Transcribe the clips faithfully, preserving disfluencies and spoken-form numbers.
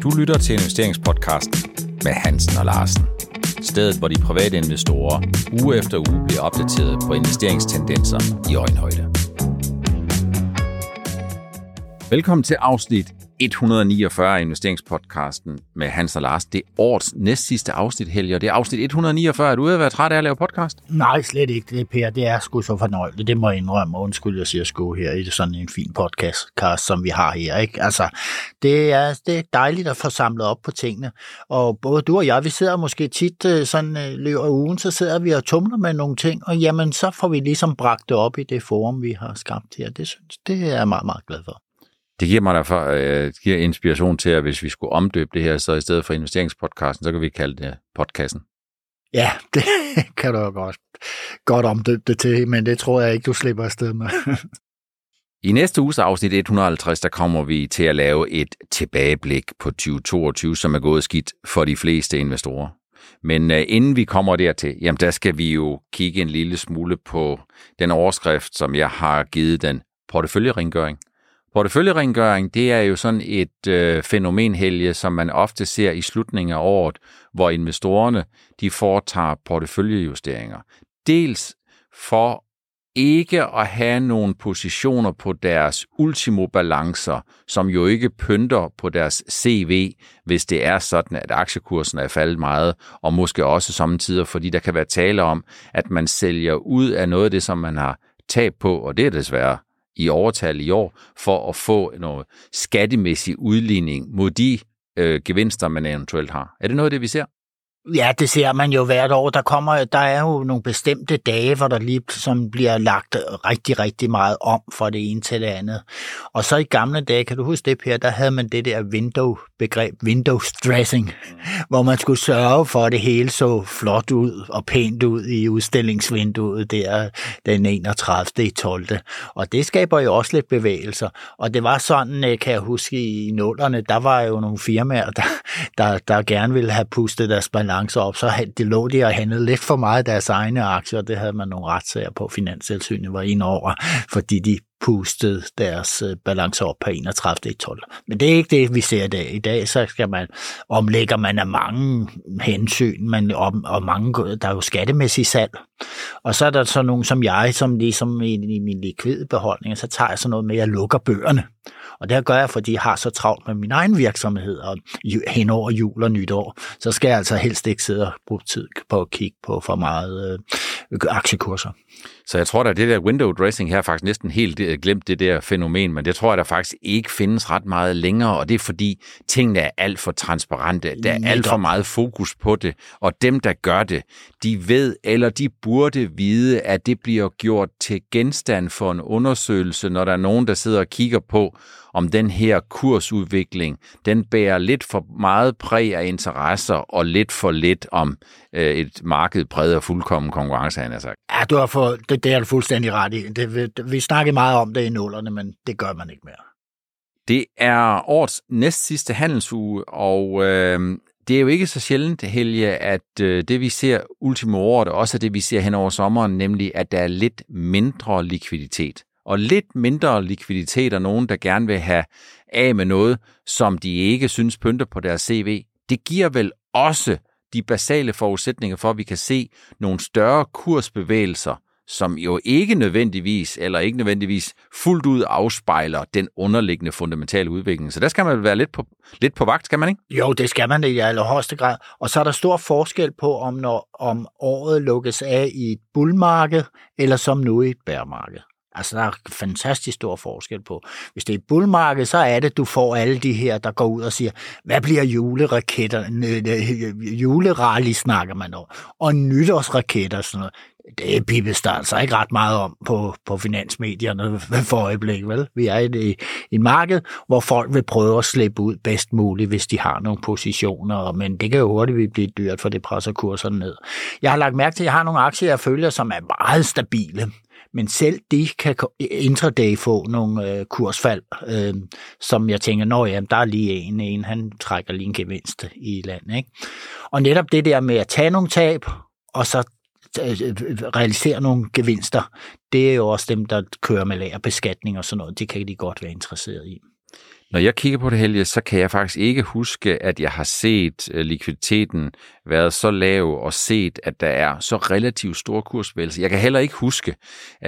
Du lytter til investeringspodcasten med Hansen og Larsen. Stedet, hvor de private investorer uge efter uge bliver opdateret på investeringstendenser i øjenhøjde. Velkommen til afsnit et hundrede og niogfyrre af investeringspodcasten med Hansen og Larsen. Det er årets næstsidste afsnit, Helge, og det er afsnit et hundrede og niogfyrre. Er du ude at være træt af at lave podcast? Nej, slet ikke. Det, Per, det er sgu så fornøjeligt. Det må jeg indrømme. Undskyld, jeg siger sgu her i sådan en fin podcast, som vi har her. Ikke? Altså, det er, det er dejligt at få samlet op på tingene. Og både du og jeg, vi sidder måske tit sådan løb af ugen, så sidder vi og tumler med nogle ting, og jamen, så får vi ligesom bragt det op i det forum, vi har skabt her. Det synes det er jeg meget, meget glad for. Det giver mig derfor øh, giver inspiration til, at hvis vi skulle omdøbe det her, så i stedet for investeringspodcasten, så kan vi kalde det podcasten. Ja, det kan du jo godt, godt omdøbe det til, men det tror jeg ikke, du slipper afsted med. I næste uges afsnit et hundrede og halvtreds, der kommer vi til at lave et tilbageblik på tyve toogtyve, som er gået skidt for de fleste investorer. Men øh, inden vi kommer dertil, jamen der skal vi jo kigge en lille smule på den overskrift, som jeg har givet den, porteføljerengøring. Porteføljerengøring, det er jo sådan et øh, fænomen, Helge, som man ofte ser i slutningen af året, hvor investorerne de foretager porteføljejusteringer. Dels for ikke at have nogle positioner på deres ultimobalancer, som jo ikke pynter på deres C V, hvis det er sådan, at aktiekursen er faldet meget, og måske også samtidig, fordi der kan være tale om, at man sælger ud af noget af det, som man har tab på, og det er desværre i overtal i år, for at få noget skattemæssig udligning mod de øh, gevinster, man eventuelt har. Er det noget af det, vi ser? Ja, det ser man jo hvert år. Der kommer, der er jo nogle bestemte dage, hvor der lige som bliver lagt rigtig, rigtig meget om fra det ene til det andet. Og så i gamle dage, kan du huske det, Per, der havde man det der window-begreb, windows dressing, mm. hvor man skulle sørge for, at det hele så flot ud og pænt ud i udstillingsvinduet der den enogtredivte tolvte Og det skaber jo også lidt bevægelser. Og det var sådan, kan jeg huske, i nullerne, der var jo nogle firmaer, der, der, der gerne ville have pustet deres balance op, så det lå de og handlede lidt for meget af deres egne aktier, og det havde man nogle retssager på. Finanstilsynet var ind over, fordi de pustede deres balance op på enogtredivte tolvte Men det er ikke det, vi ser i dag. I dag så skal man, omlægger man af mange hensyn, man, om, og mange, der er jo skattemæssig salg. Og så er der så nogen som jeg, som ligesom i, i min likvide beholdning, så tager jeg sådan noget med, at jeg lukker bøgerne. Og det gør jeg, fordi jeg har så travlt med min egen virksomhed, og hen over jul og nytår, så skal jeg altså helst ikke sidde og bruge tid på at kigge på for meget øh, aktiekurser. Så jeg tror, at det der window dressing her faktisk næsten helt glemt det der fænomen, men det tror jeg, der faktisk ikke findes ret meget længere, og det er fordi tingene er alt for transparente. Der er alt for meget fokus på det, og dem, der gør det, de ved, eller de burde vide, at det bliver gjort til genstand for en undersøgelse, når der er nogen, der sidder og kigger på, om den her kursudvikling, den bærer lidt for meget præg af interesser, og lidt for lidt om øh, et marked præget af fuldkommen konkurrence, han har sagt. Ja, du har for, det, det er du fuldstændig ret i. Det, vi snakkede meget om det i nullerne, men det gør man ikke mere. Det er årets næst sidste handelsuge, og øh, det er jo ikke så sjældent, Helge, at øh, det vi ser ultimo året, også er det vi ser hen over sommeren, nemlig at der er lidt mindre likviditet. Og lidt mindre likviditet og nogen, der gerne vil have af med noget, som de ikke synes pynter på deres C V. Det giver vel også de basale forudsætninger for, at vi kan se nogle større kursbevægelser, som jo ikke nødvendigvis, eller ikke nødvendigvis fuldt ud afspejler den underliggende fundamentale udvikling. Så der skal man være lidt på, lidt på vagt, skal man ikke? Jo, det skal man i allerhøjeste grad. Og så er der stor forskel på, om, når, om året lukkes af i et bullmarked, eller som nu i et bærmarked. Altså, der er fantastisk stor forskel på. Hvis det er et bullmarked, så er det, du får alle de her, der går ud og siger, hvad bliver juleraketter? Julerally snakker man om. Og nytårsraketter, sådan noget. Det pippes der altså ikke ret meget om på, på finansmedierne for øjeblik, vel? Vi er i et, et marked, hvor folk vil prøve at slippe ud bedst muligt, hvis de har nogle positioner, men det kan jo hurtigt blive dyrt, for det presser kurserne ned. Jeg har lagt mærke til, at jeg har nogle aktier, jeg følger, som er meget stabile. Men selv de kan intraday få nogle øh, kursfald, øh, som jeg tænker, nå ja, der er lige en, en, han trækker lige en gevinst i landet, ikke? Og netop det der med at tage nogle tab, og så realisere nogle gevinster, det er jo også dem, der kører med lagerbeskatning og sådan noget, det kan de godt være interesseret i. Når jeg kigger på det, Helge, så kan jeg faktisk ikke huske, at jeg har set likviditeten været så lav og set, at der er så relativt store kursbevægelser. Jeg kan heller ikke huske,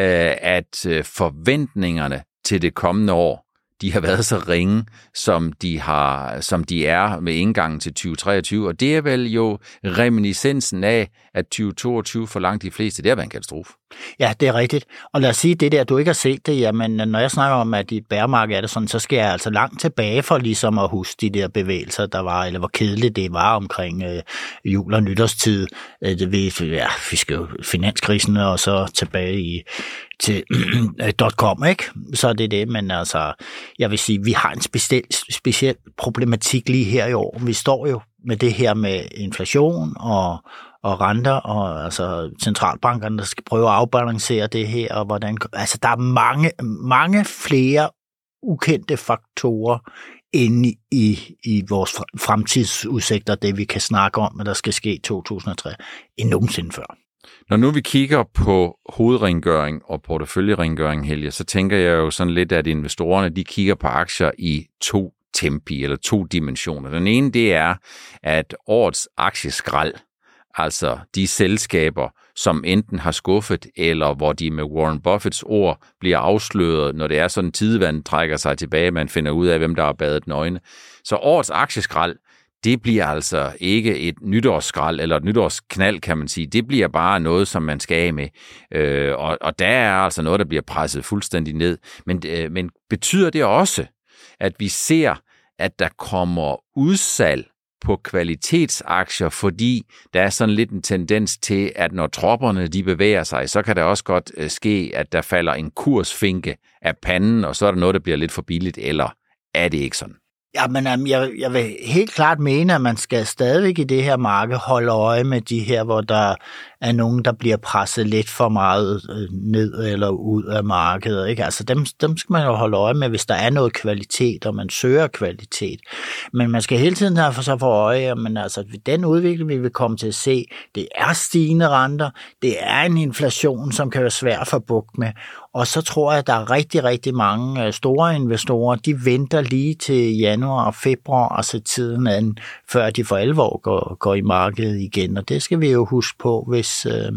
at forventningerne til det kommende år, de har været så ringe, som de, har, som de er med indgangen til tyve treogtyve. Og det er vel jo reminiscensen af, at tyve toogtyve for langt de fleste, det har været en katastrofe. Ja, det er rigtigt. Og lad os sige, det der, du ikke har set det, jamen når jeg snakker om, at i et bæremarked er det sådan, så skal jeg altså langt tilbage for ligesom at huske de der bevægelser, der var, eller hvor kedeligt det var omkring øh, jul og nytårstid. Øh, det ved, ja, vi skal jo finanskrisen og så tilbage i til .com, ikke? Så er det det, men altså, jeg vil sige, vi har en speciel, speciel problematik lige her i år. Vi står jo med det her med inflation og og renter, og altså centralbankerne, der skal prøve at afbalancere det her, og hvordan, altså der er mange, mange flere ukendte faktorer inde i, i vores fremtidsudsigter, det vi kan snakke om, at der skal ske i to tusind og tre, end nogensinde før. Når nu vi kigger på hovedrengøring og porteføljerengøring, Helge, så tænker jeg jo sådan lidt, at investorerne, de kigger på aktier i to tempi, eller to dimensioner. Den ene, det er, at årets aktieskrald, altså de selskaber, som enten har skuffet, eller hvor de med Warren Buffetts ord bliver afsløret, når det er sådan, tidevand trækker sig tilbage, man finder ud af, hvem der har badet nøgne. Så årets aktieskrald, det bliver altså ikke et nytårsskrald eller et nytårsknald, kan man sige. Det bliver bare noget, som man skal af med. Øh, og, og der er altså noget, der bliver presset fuldstændig ned. Men, øh, men betyder det også, at vi ser, at der kommer udsalg på kvalitetsaktier, fordi der er sådan lidt en tendens til, at når tropperne de bevæger sig, så kan der også godt øh, ske, at der falder en kursfinke af panden, og så er der noget, der bliver lidt for billigt, eller er det ikke sådan? Ja, men jeg, jeg vil helt klart mene, at man skal stadigvæk i det her marked holde øje med de her, hvor der er nogen, der bliver presset lidt for meget ned eller ud af markedet. Ikke? Altså dem, dem skal man jo holde øje med, hvis der er noget kvalitet, og man søger kvalitet. Men man skal hele tiden have for sig for øje, at man, altså, den udvikling, vi vil komme til at se, det er stigende renter, det er en inflation, som kan være svær at få bugt med. Og så tror jeg, at der er rigtig, rigtig mange store investorer, de venter lige til januar og februar og så tiden an, før de for alvor går, går i markedet igen. Og det skal vi jo huske på, hvis, øh,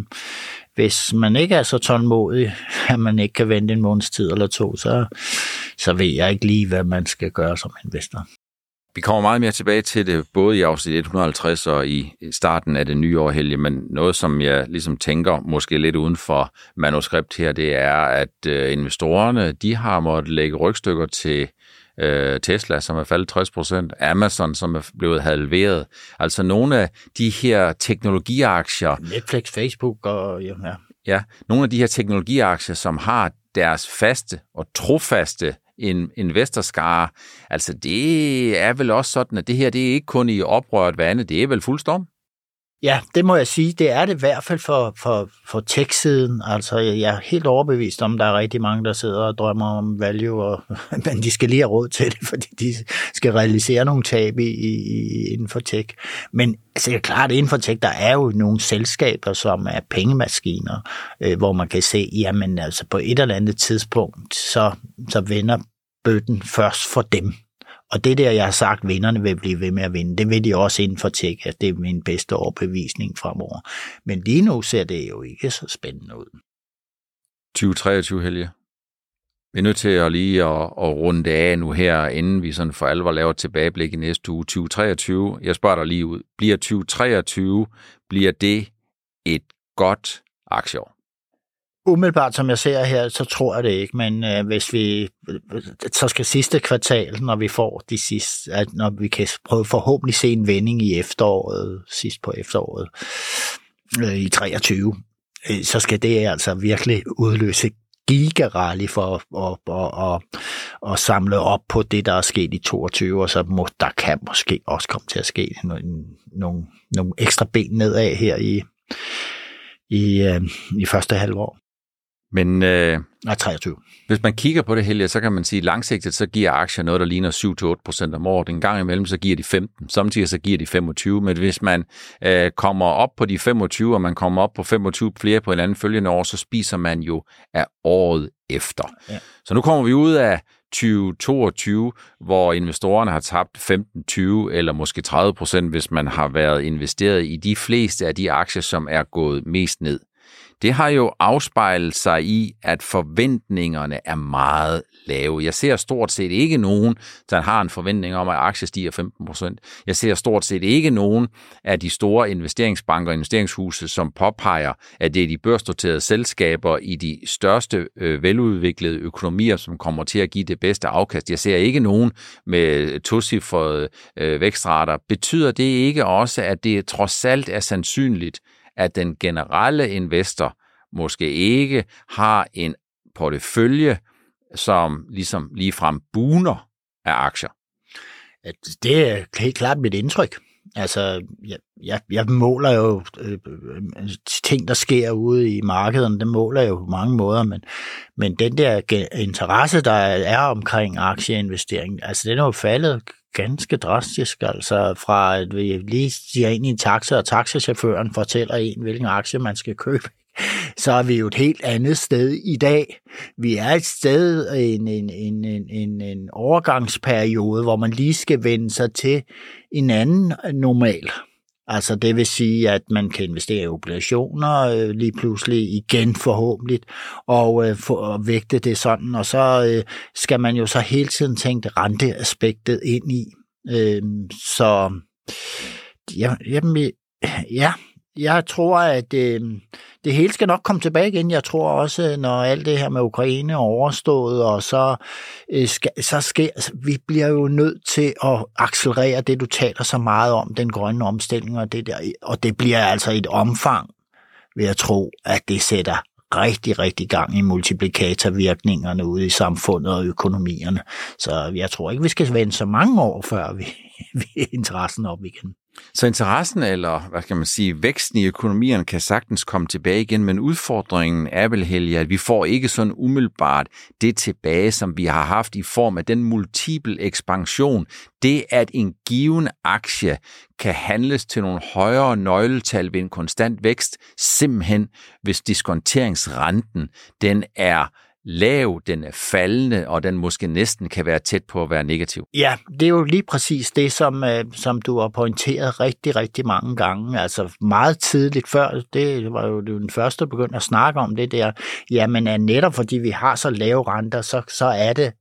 hvis man ikke er så tålmodig, at man ikke kan vente en måneds tid eller to, så, så ved jeg ikke lige, hvad man skal gøre som investor. Vi kommer meget mere tilbage til det, både i afsnit et hundrede og halvtreds og i starten af det nye år, Helge, men noget, som jeg ligesom tænker måske lidt uden for manuskript her, det er, at investorerne, de har måttet lægge rygstykker til øh, Tesla, som er faldet tres procent, Amazon, som er blevet halveret. Altså nogle af de her teknologiaktier... Netflix, Facebook og... Ja, ja. ja, nogle af de her teknologiaktier, som har deres faste og trofaste en investorskare, altså det er vel også sådan, at det her, det er ikke kun i oprørt vande, det er vel fuld storm? Ja, det må jeg sige. Det er det i hvert fald for, for, for tech-siden. Altså, jeg er helt overbevist om, at der er rigtig mange, der sidder og drømmer om value, og, men de skal lige have råd til det, fordi de skal realisere nogle tab i, i, inden for tech. Men altså, det er klart, inden for tech, der er jo nogle selskaber, som er pengemaskiner, øh, hvor man kan se, jamen altså på et eller andet tidspunkt, så, så vender bøtten først for dem. Og det der, jeg har sagt, vinderne vil blive ved med at vinde, det vil de også inden for tech, at det er min bedste overbevisning fremover. Men lige nu ser det jo ikke så spændende ud. tyve treogtyve, Helge. Vi er nødt til at lige at, at runde det af nu her, inden vi sådan for alvor laver et tilbageblik i næste uge. tyve treogtyve, jeg spørger dig lige ud. Bliver tyve treogtyve, bliver det et godt aktieår? Umiddelbart, som jeg ser her, så tror jeg det ikke, men øh, hvis vi, så skal sidste kvartal, når vi får de sidste, at når vi kan prøve forhåbentlig se en vending i efteråret, sidst på efteråret øh, i treogtyve, øh, så skal det altså virkelig udløse gigarally for at, at, at, at, at samle op på det, der er sket i toogtyve, og så må, der kan måske også komme til at ske nogle, nogle, nogle ekstra ben nedad her i, i, øh, i første halvår. Men øh, Nej, treogtyve. Hvis man kigger på det, Helge, så kan man sige, at langsigtet så giver aktier noget, der ligner syv til otte procent om året. En gang imellem så giver de femten, samtidig så giver de femogtyve. Men hvis man øh, kommer op på de femogtyve, og man kommer op på femogtyve flere på en anden følgende år, så spiser man jo af året efter. Ja. Så nu kommer vi ud af tyve toogtyve, hvor investorerne har tabt femten, tyve eller måske tredive procent, hvis man har været investeret i de fleste af de aktier, som er gået mest ned. Det har jo afspejlet sig i, at forventningerne er meget lave. Jeg ser stort set ikke nogen, der har en forventning om, at aktier stiger femten procent. Jeg ser stort set ikke nogen af de store investeringsbanker og investeringshuse, som påpeger, at det er de børsnoterede selskaber i de største øh, veludviklede økonomier, som kommer til at give det bedste afkast. Jeg ser ikke nogen med tocifrede øh, vækstrater. Betyder det ikke også, at det trods alt er sandsynligt, at den generelle investor måske ikke har en portefølje, som ligesom ligefrem buner af aktier? Det er helt klart mit indtryk. Altså, jeg, jeg, jeg måler jo øh, ting, der sker ude i markederne, det måler jeg jo på mange måder, men, men den der interesse, der er omkring aktieinvestering, altså den er jo faldet ganske drastisk, altså fra at vi lige stiger ind i en taxa, og taxachaufføren fortæller en, hvilken aktie man skal købe, så er vi jo et helt andet sted i dag. Vi er et sted, en, en, en, en, en overgangsperiode, hvor man lige skal vende sig til en anden normal. Altså det vil sige, at man kan investere i obligationer øh, lige pludselig igen forhåbentlig, og, øh, for, og vægte det sådan, og så øh, skal man jo så hele tiden tænke renteaspektet ind i. Øh, så ja, jamen, ja, jeg tror, at øh, det hele skal nok komme tilbage igen. Jeg tror også, når alt det her med Ukraine er overstået, og så, øh, skal, så sker, altså, vi bliver jo nødt til at accelerere det, du taler så meget om, den grønne omstilling, og det der, og det bliver altså et omfang, vil jeg tro, at det sætter rigtig, rigtig gang i multiplikatorvirkningerne ude i samfundet og økonomierne. Så jeg tror ikke, vi skal vente så mange år, før vi, vi er interessen op igen. Så interessen, eller hvad kan man sige, væksten i økonomierne kan sagtens komme tilbage igen, men udfordringen er vel, Helge, at vi får ikke sådan umiddelbart det tilbage, som vi har haft i form af den multiple ekspansion. Det, at en given aktie kan handles til nogle højere nøgletal ved en konstant vækst, simpelthen hvis diskonteringsrenten, den er lav, den er faldende, og den måske næsten kan være tæt på at være negativ. Ja, det er jo lige præcis det, som, som du har pointeret rigtig, rigtig mange gange. Altså meget tidligt før, det var jo den første, der begyndte at snakke om det der. Jamen netop fordi vi har så lave renter, så, så er det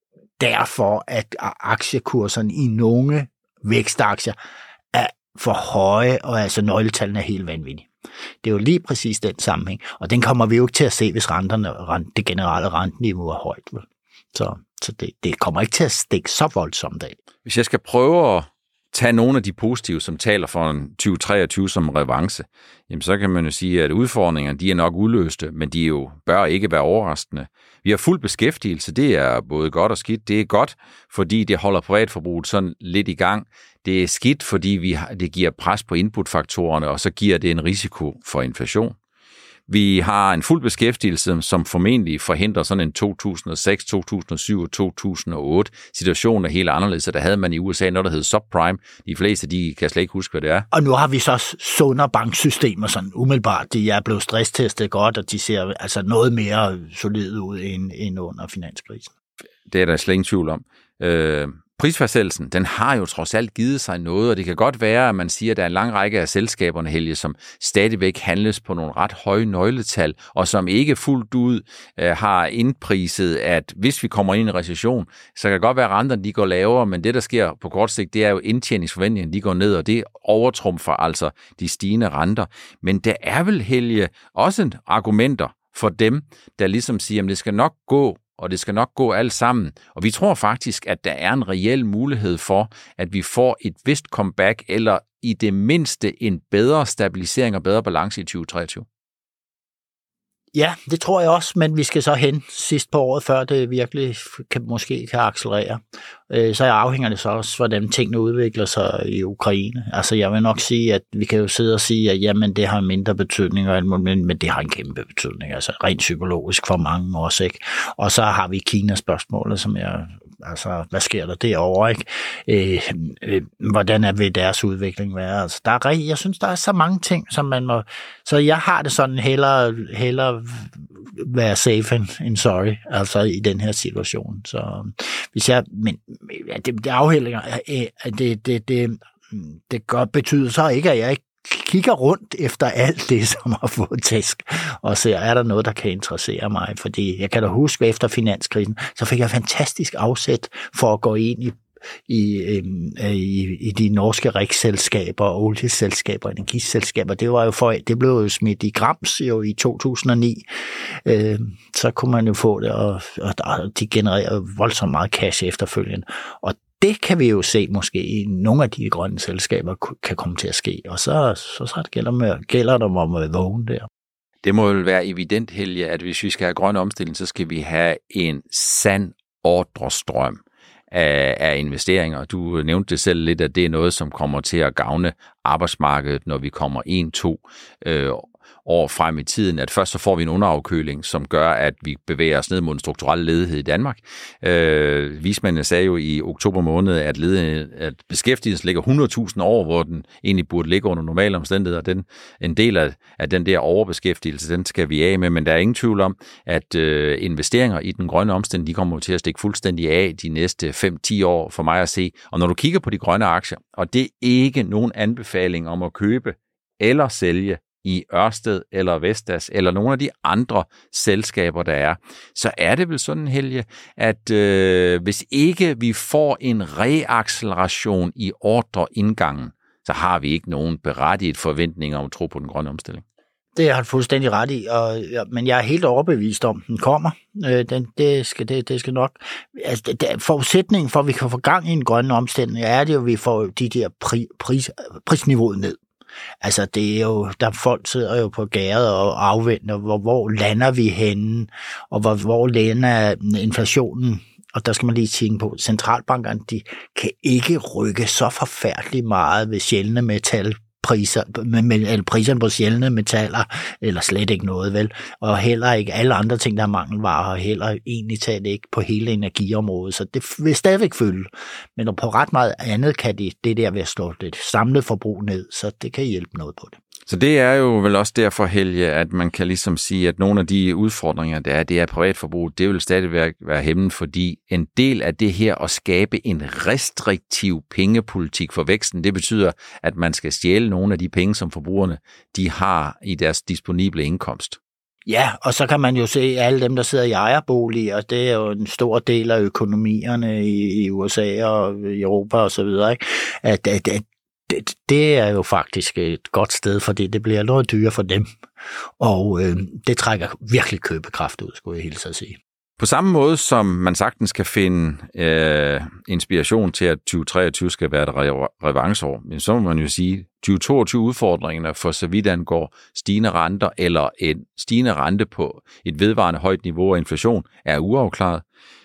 derfor, at aktiekurserne i nogle vækstaktier er for høje, og altså nøgletallene er helt vanvittige. Det er jo lige præcis den sammenhæng, og den kommer vi jo ikke til at se, hvis renterne, det generelle renteniveau er højt. Så, så det, det kommer ikke til at stikke så voldsomt af. Hvis jeg skal prøve at tage nogle af de positive, som taler for en tyve treogtyve som revanche, jamen så kan man jo sige, at udfordringerne, de er nok udløste, men de jo bør ikke være overraskende. Vi har fuld beskæftigelse, det er både godt og skidt. Det er godt, fordi det holder privatforbruget sådan lidt i gang. Det er skidt, fordi vi har, det giver pres på inputfaktorerne, og så giver det en risiko for inflation. Vi har en fuld beskæftigelse, som formentlig forhindrer sådan en to tusind og seks, to tusind og syv og to tusind og otte. Situationen er helt anderledes, så der havde man i U S A noget, der hed subprime. De fleste, de kan slet ikke huske, hvad det er. Og nu har vi så sundere banksystemer sådan umiddelbart. De er blevet stresstestet godt, og de ser altså noget mere solide ud end, end under finanskrisen. Det er der slet ingen tvivl om. Øh, Prisfastsættelsen, den har jo trods alt givet sig noget, og det kan godt være, at man siger, at der er en lang række af selskaberne, Helge, som stadigvæk handles på nogle ret høje nøgletal, og som ikke fuldt ud øh, har indpriset, at hvis vi kommer ind i en recession, så kan det godt være, at renterne de går lavere, men det, der sker på kort sigt, det er jo indtjeningsforventningen, de går ned, og det overtrumfer altså de stigende renter. Men der er vel, Helge, også argumenter for dem, der ligesom siger, at det skal nok gå, og det skal nok gå alt sammen. Og vi tror faktisk, at der er en reel mulighed for, at vi får et vist comeback, eller i det mindste en bedre stabilisering og bedre balance i tyve treogtyve. Ja, det tror jeg også, men vi skal så hen sidst på året, før det virkelig kan, måske kan accelerere. Så afhænger det så også, hvordan tingene udvikler sig i Ukraine. Altså jeg vil nok sige, at vi kan jo sidde og sige, at jamen, det har mindre betydning, men det har en kæmpe betydning, altså rent psykologisk for mange også, ikke? Og så har vi Kina-spørgsmålet, som jeg Altså, hvad sker der derovre, ikke? Øh, øh, hvordan er ved deres udvikling være? Altså, der er, jeg synes, der er så mange ting, som man må... Så jeg har det sådan hellere, hellere være safe end sorry, altså i den her situation. Så hvis jeg... Men ja, det, det afhælder... Det, det, det, det gør, betyder så ikke, at jeg ikke kigger rundt efter alt det, som har fået tæsk, og ser, er der noget, der kan interessere mig? Fordi jeg kan da huske, efter finanskrisen, så fik jeg fantastisk afsæt for at gå ind i i, i, i de norske riksselskaber, olieselskaber, energiselskaber. Det var jo for, det blev jo smidt i grams jo i to tusind og ni. Øh, så kunne man jo få det, og, og de genererede voldsomt meget cash efterfølgende. Og det kan vi jo se måske i nogle af de grønne selskaber kan komme til at ske, og så, så, så gælder, med, gælder det om at vågne der. Det må jo være evident, Helge, at hvis vi skal have grøn omstilling, så skal vi have en sand ordrestrøm af, af investeringer. Du nævnte det selv lidt, at det er noget, som kommer til at gavne arbejdsmarkedet, når vi kommer en, to øh, år frem i tiden, at først så får vi en underafkøling, som gør, at vi bevæger os ned mod en strukturel ledighed i Danmark. Øh, vismændene sagde jo i oktober måned, at, ledighed, at beskæftigelsen ligger hundrede tusind år, hvor den egentlig burde ligge under normale omstændigheder. Den, en del af, af den der overbeskæftigelse, den skal vi af med, men der er ingen tvivl om, at øh, investeringer i den grønne omstilling, de kommer til at stikke fuldstændig af de næste fem til ti år for mig at se. Og når du kigger på de grønne aktier, og det er ikke nogen anbefaling om at købe eller sælge i Ørsted eller Vestas eller nogle af de andre selskaber, der er, så er det vel sådan, Helge, at øh, hvis ikke vi får en reacceleration i ordreindgangen, så har vi ikke nogen berettiget forventninger om tro på den grønne omstilling. Det har du fuldstændig ret i, og, ja, men jeg er helt overbevist om, den kommer. Øh, den, det, skal, det, det skal nok... Altså, det, det, forudsætningen for, at vi kan få gang i en grøn omstilling, er det jo, at vi får de der pri, pris, prisniveauet ned. Altså, det er jo, der folk sidder jo på gæret og afventer, hvor, hvor lander vi henne, og hvor, hvor lander inflationen. Og der skal man lige tænke på, centralbankerne, de kan ikke rykke så forfærdeligt meget ved sjældne metal. Priser, eller priserne på sjældne metaller, eller slet ikke noget, vel? Og heller ikke alle andre ting, der er mangelvarer, og heller egentlig talt ikke på hele energiområdet, så det vil stadigvæk følge. Men på ret meget andet kan det, det der ved at slå det samlet forbrug ned, så det kan hjælpe noget på det. Så det er jo vel også derfor, Helge, at man kan ligesom sige, at nogle af de udfordringer, der er, det er privatforbrug, det vil stadig være hæmmet, fordi en del af det her at skabe en restriktiv pengepolitik for væksten, det betyder, at man skal stjæle nogle af de penge, som forbrugerne de har i deres disponible indkomst. Ja, og så kan man jo se alle dem, der sidder i ejerboliger, det er jo en stor del af økonomierne i, i U S A og Europa og så videre, ikke? At, at, at Det, det er jo faktisk et godt sted, fordi det bliver noget dyrere for dem, og øh, det trækker virkelig købekraft ud, skulle jeg hilse at sige. På samme måde som man sagtens kan finde øh, inspiration til, at tyve treogtyve skal være et re- revanceår, men så må man jo sige, tyve toogtyve udfordringerne for så vidt angår stigende renter eller en stigende rente på et vedvarende højt niveau af inflation er uafklaret.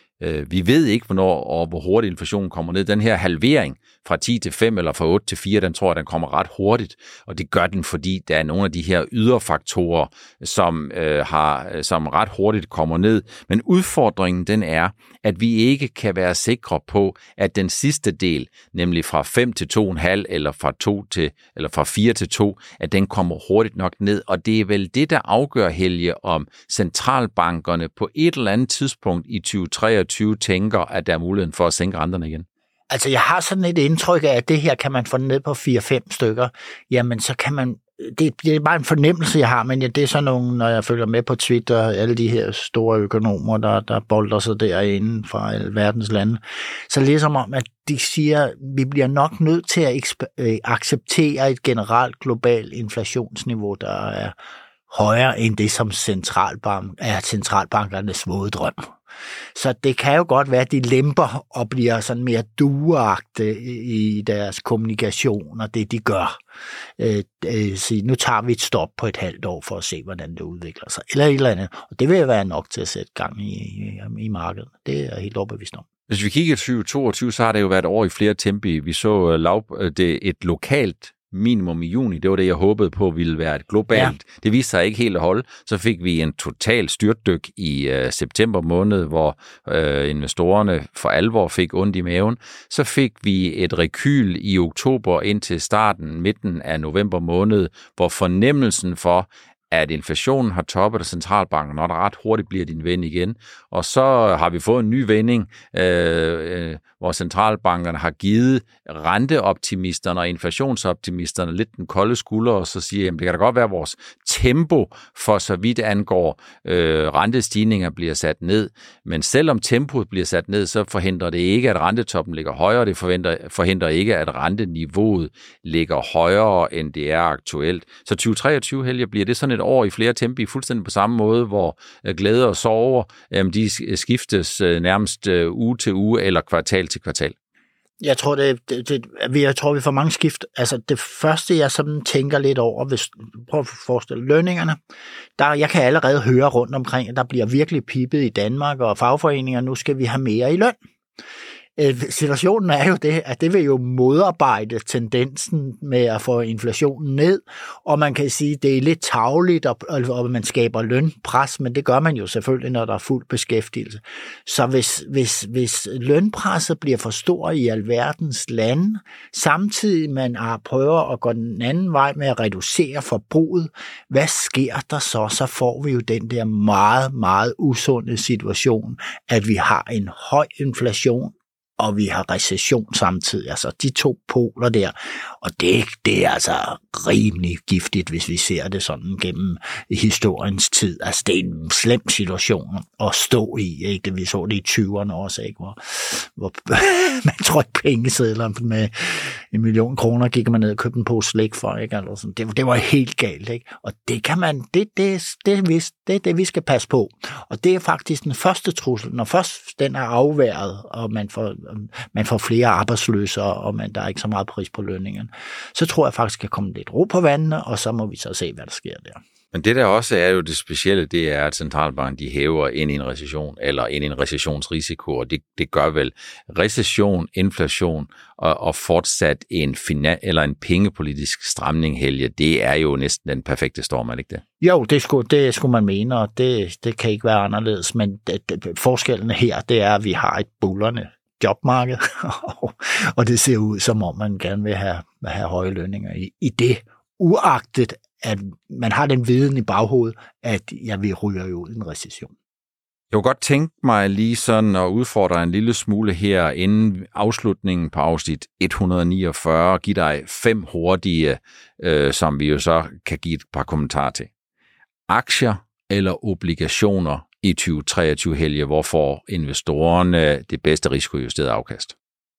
Vi ved ikke, hvornår og hvor hurtigt inflationen kommer ned. Den her halvering fra ti til fem eller fra otte til fire, den tror jeg, den kommer ret hurtigt. Og det gør den, fordi der er nogle af de her ydre faktorer, som, øh, har, som ret hurtigt kommer ned. Men udfordringen, den er, at vi ikke kan være sikre på, at den sidste del, nemlig fra fem til to komma fem eller fra to til eller fra fire til to, at den kommer hurtigt nok ned. Og det er vel det, der afgør, Helge, om centralbankerne på et eller andet tidspunkt i tyve treogtyve tænker, at der er muligheden for at sænke renterne igen. Altså, jeg har sådan et indtryk af, at det her kan man få ned på fire fem stykker. Jamen, så kan man... Det, det er bare en fornemmelse, jeg har, men ja, det er sådan nogle, når jeg følger med på Twitter, alle de her store økonomer, der, der bolder sig derinde fra alle verdens lande, så ligesom om, at de siger, at vi bliver nok nødt til at eksp- acceptere et generelt globalt inflationsniveau, der er højere end det, som centralbank, er centralbankernes våde drøm. Så det kan jo godt være, at de lemper og bliver sådan mere dueagte i deres kommunikation og det, de gør. Øh, øh, så nu tager vi et stop på et halvt år for at se, hvordan det udvikler sig. Eller et eller andet. Og det vil være nok til at sætte gang i, i, i markedet. Det er jeg helt overbevist om. Hvis vi kigger tyve toogtyve, så har det jo været år i flere tempi. Vi så lav, det et lokalt minimum i juni. Det var det, jeg håbede på ville være et globalt. Ja. Det viste sig ikke helt at holde. Så fik vi en total styrtdyk i øh, september måned, hvor øh, investorerne for alvor fik ondt i maven. Så fik vi et rekyl i oktober indtil starten, midten af november måned, hvor fornemmelsen for, at inflationen har toppet, og centralbanken når ret hurtigt bliver din ven igen. Og så har vi fået en ny vending, øh, øh, hvor centralbankerne har givet renteoptimisterne og inflationsoptimisterne lidt den kolde skulder, og så siger, at det kan da godt være, at vores tempo for så vidt angår øh, rentestigninger bliver sat ned. Men selvom tempoet bliver sat ned, så forhindrer det ikke, at rentetoppen ligger højere. Det forhindrer, forhindrer ikke, at renteniveauet ligger højere, end det er aktuelt. Så tyve treogtyve, Helge, bliver det sådan et år i flere tempi, fuldstændig på samme måde, hvor glæde og sorger, de skiftes nærmest uge til uge eller kvartal til kvartal. Jeg tror, det, det, det, jeg tror, vi får mange skift. Altså, det første, jeg sådan tænker lidt over, hvis prøv at forestille lønningerne, der, jeg kan allerede høre rundt omkring, at der bliver virkelig pipet i Danmark, og fagforeninger, nu skal vi have mere i løn. Situationen er jo det, at det vil jo modarbejde tendensen med at få inflationen ned, og man kan sige, at det er lidt tarveligt, og, og man skaber lønpres, men det gør man jo selvfølgelig, når der er fuld beskæftigelse. Så hvis, hvis, hvis lønpresset bliver for stor i alverdens lande, samtidig man prøver at gå den anden vej med at reducere forbruget, hvad sker der så? Så får vi jo den der meget, meget usunde situation, at vi har en høj inflation, og vi har recession samtidig. Altså de to poler der, og det, det er altså rimelig giftigt, hvis vi ser det sådan gennem historiens tid. Altså det er en slem situation at stå i, ikke? Vi så det i tyverne også, ikke? Hvor, hvor man trykte pengesedler med en million kroner, gik man ned og købte en pose slik for, ikke? Altså sådan. Det, det var helt galt, ikke? Og det kan man, det, det, det, det, det er det, vi skal passe på. Og det er faktisk den første trussel, når først den er afværet, og man får man får flere arbejdsløse, og man, der er ikke så meget pris på lønningen. Så tror jeg faktisk, at der kommer lidt ro på vandene, og så må vi så se, hvad der sker der. Men det der også er jo det specielle, det er, at centralbanken de hæver ind i en recession, eller ind i en recessionsrisiko, og det, det gør vel recession, inflation og, og fortsat en, finan- eller en pengepolitisk stramning, Helge, det er jo næsten den perfekte storm, er det ikke det? Jo, det skulle, det skulle man mene, og det, det kan ikke være anderledes, men det, det, forskellen her, det er, at vi har et bullerne jobmarked, og det ser ud, som om man gerne vil have, have høje lønninger i, i det, uagtet at man har den viden i baghovedet, at jeg vil ryge ud i en recession. Jeg kunne godt tænke mig lige sådan at udfordre en lille smule her inden afslutningen på afsnit et hundrede niogfyrre, give dig fem hurtige, øh, som vi jo så kan give et par kommentarer til. Aktier eller obligationer i tyve treogtyve, Helge, hvor får investorerne det bedste risikojusterede afkast?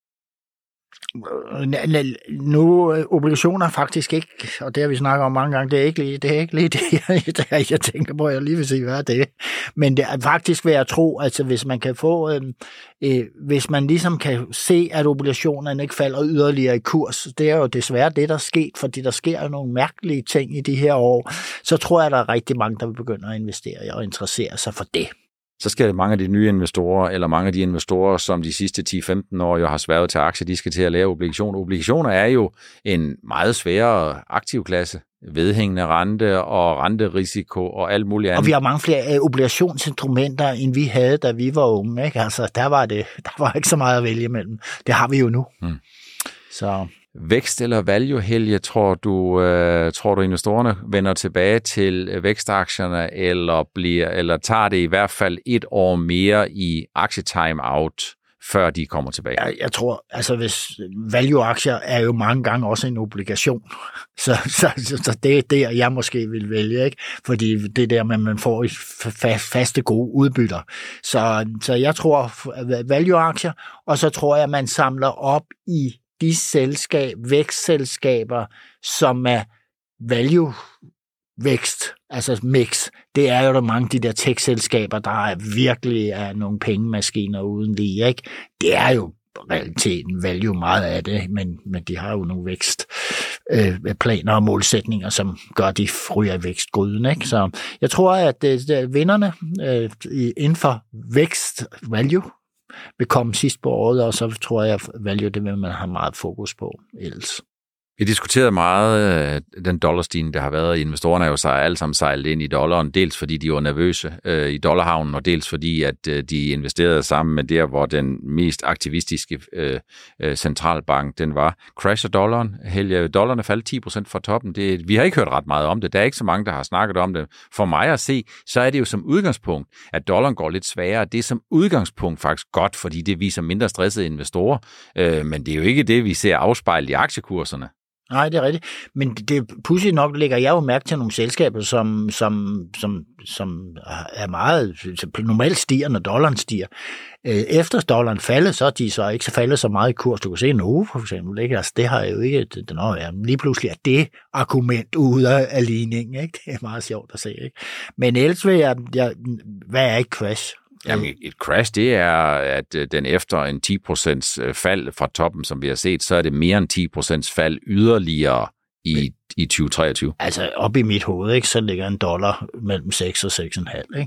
Nu, obligationer faktisk ikke, og det har vi snakket om mange gange, det er ikke lige det, er ikke lige det jeg, jeg tænker på, jeg lige vil sige, hvad er det? Men det er faktisk ved at tro, altså hvis man kan få, øh, øh, hvis man ligesom kan se, at obligationerne ikke falder yderligere i kurs, det er jo desværre det, der er sket, fordi der sker jo nogle mærkelige ting i de her år, så tror jeg, der er rigtig mange, der vil begynde at investere og interessere sig for det. Så skal mange af de nye investorer, eller mange af de investorer, som de sidste ti femten år jo har sværget til aktier, de skal til at lave obligationer. Obligationer er jo en meget sværere aktivklasse, vedhængende rente og renterisiko og alt muligt andet. Og vi har mange flere obligationsinstrumenter, end vi havde, da vi var unge, ikke? Altså, der var det, der var ikke så meget at vælge mellem. Det har vi jo nu. Hmm. Så... Vækst eller value, Helge, tror du, øh, tror du investorerne vender tilbage til vækstaktierne, eller, bliver, eller tager det i hvert fald et år mere i aktietime-out, før de kommer tilbage? Jeg, jeg tror, altså hvis value-aktier er jo mange gange også en obligation, så, så, så, så det er der, jeg måske vil vælge, ikke? Fordi det er der, man, man får faste gode udbytter. Så, så jeg tror value-aktier, og så tror jeg, man samler op i de selskab, vækstselskaber, som er value-vækst, altså mix, det er jo der mange af de der tech-selskaber, der er virkelig er nogle pengemaskiner uden lige, ikke? Det er jo realiteten, value meget af det, men, men de har jo nogle vækstplaner øh, og målsætninger, som gør, at de ryger i vækstgryden, ikke? Så jeg tror, at øh, vinderne øh, inden for vækst, value, vil komme sidst på året, og så tror jeg, at value det vil man have meget fokus på ellers. Vi diskuterede meget den dollarstigning, der har været. Investorerne er jo sig alle sammen sejlet ind i dollaren, dels fordi de var nervøse øh, i dollarhavnen, og dels fordi, at øh, de investerede sammen med der, hvor den mest aktivistiske øh, øh, centralbank den var. Crasher dollaren. Helge, dollaren faldt ti procent fra toppen. Det, vi har ikke hørt ret meget om det. Der er ikke så mange, der har snakket om det. For mig at se, så er det jo som udgangspunkt, at dollaren går lidt sværere. Det er som udgangspunkt faktisk godt, fordi det viser mindre stressede investorer. Øh, men det er jo ikke det, vi ser afspejlet i aktiekurserne. Nej, det er rigtigt. Men det pudsigt nok lægger jeg jo mærke til nogle selskaber, som, som, som, som er meget normalt stiger, når dollaren stiger. Efter dollaren falder, så er de så ikke så faldet så meget i kurs. Du kan se Novo for eksempel. Ikke? Altså, det har jo ikke... Det, nå, ja, lige pludselig er det argument ude af ligningen. Ikke? Det er meget sjovt at se. Ikke? Men ellers vil jeg, jeg... Hvad er et crash? Jamen, et crash, det er, at den efter en ti procent fald fra toppen, som vi har set, så er det mere end ti procent fald yderligere i, i tyve treogtyve. Altså, op i mit hoved, ikke, så ligger en dollar mellem seks og seks komma fem,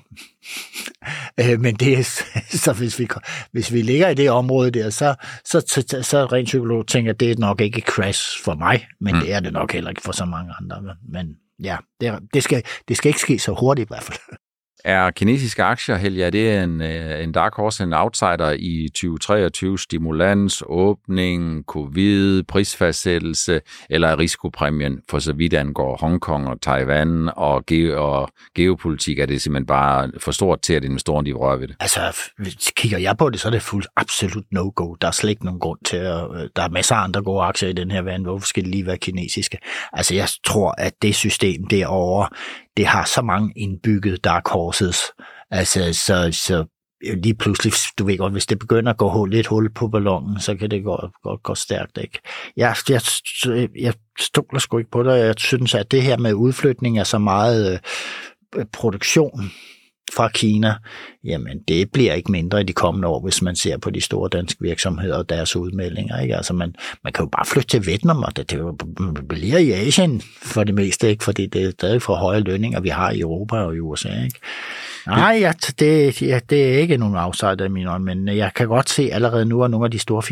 ikke? Men det er, så hvis vi, hvis vi ligger i det område der, så, så, så, så rent psykolog tænker jeg, det er nok ikke et crash for mig, men mm. det er det nok heller ikke for så mange andre. Men ja, det, det, skal, det skal ikke ske så hurtigt i hvert fald. Er kinesiske aktier, Helge, er det en, en dark horse, en outsider i tyve treogtyve, stimulans, åbning, covid, prisfastsættelse, eller er risikopræmien for så vidt angår Hongkong og Taiwan og, ge- og geopolitik, er det simpelthen bare for stort til, at investorerne de rører ved det? Altså, kigger jeg på det, så er det fuldt absolut no-go. Der er slet ikke nogen grund til at... Der er masser af andre gode aktier i den her verden. Hvorfor skal det lige være kinesiske? Altså, jeg tror, at det system derovre, det har så mange indbygget dark horses. Altså, så, så lige pludselig, du ved godt, hvis det begynder at gå lidt hul på ballonen, så kan det gå, gå, gå stærkt, ikke? Jeg, jeg, jeg stoler sgu ikke på det, jeg synes, at det her med udflytning er så meget øh, produktion fra Kina, jamen det bliver ikke mindre i de kommende år, hvis man ser på de store danske virksomheder og deres udmeldinger, ikke? Altså man, man kan jo bare flytte til Vietnam, og det, det bliver i Asien for det meste, ikke? Fordi det er stadig for høje lønninger, vi har i Europa og i U S A, ikke? Nej, ja, det, ja, det er ikke nogen outsider i mine øjne, men jeg kan godt se allerede nu, at nogle af de store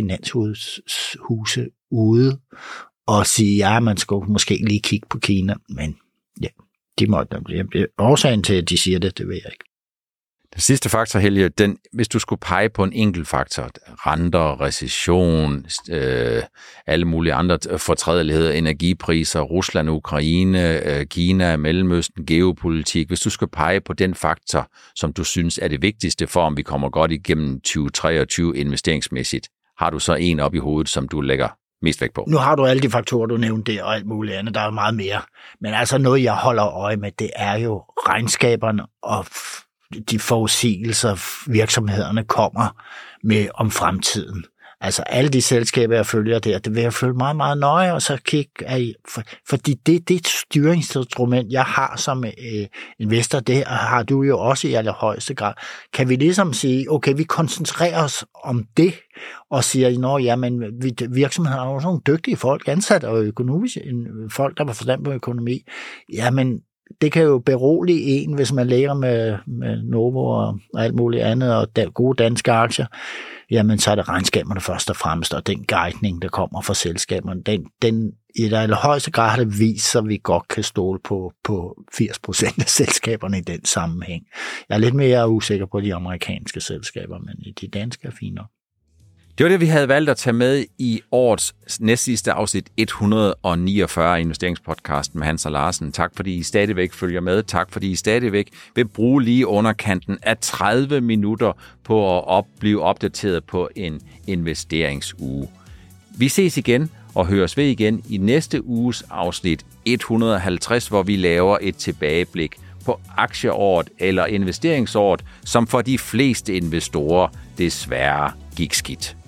finanshuse ude og sige, ja, man skal måske lige kigge på Kina, men ja, de må, årsagen til, at de siger det, det ved jeg ikke. Den sidste faktor, Helge, den, hvis du skulle pege på en enkelt faktor, renter, recession, øh, alle mulige andre fortrædeligheder, energipriser, Rusland, Ukraine, øh, Kina, Mellemøsten, geopolitik, hvis du skulle pege på den faktor, som du synes er det vigtigste for, om vi kommer godt igennem tyve treogtyve investeringsmæssigt, har du så en op i hovedet, som du lægger mest vægt på? Nu har du alle de faktorer, du nævnte der, og alt muligt andet. Der er jo meget mere. Men altså noget, jeg holder øje med, det er jo regnskaberne og de forudsigelser, virksomhederne kommer med om fremtiden. Altså alle de selskaber, jeg følger der, det vil jeg følge meget, meget nøje, og så kigge af, for, fordi det, det er et styringsinstrument, jeg har som øh, investor, det har du jo også i allerhøjeste grad. Kan vi ligesom sige, okay, vi koncentrerer os om det, og siger, nå, jamen, virksomheden har jo sådan nogle dygtige folk, ansat og økonomisk, folk, der var forstand på økonomi, jamen, det kan jo berolige en, hvis man lægger med, med Novo og alt muligt andet, og da, gode danske aktier, jamen så er det regnskaberne først og fremmest, og den guidning, der kommer fra selskaberne, den, den i der allerhøjeste grad har det vist, at vi godt kan stole på, på firs procent af selskaberne i den sammenhæng. Jeg er lidt mere usikker på de amerikanske selskaber, men de danske er fine nok. Det var det, vi havde valgt at tage med i årets næstsidste afsnit et hundrede og niogfyrre af investeringspodcasten med Hans og Larsen. Tak fordi I stadigvæk følger med. Tak fordi I stadigvæk vil bruge lige underkanten af tredive minutter på at op, blive opdateret på en investeringsuge. Vi ses igen og høres ved igen i næste uges afsnit et hundrede og halvtreds, hvor vi laver et tilbageblik på aktieåret eller investeringsåret, som for de fleste investorer desværre gik skidt.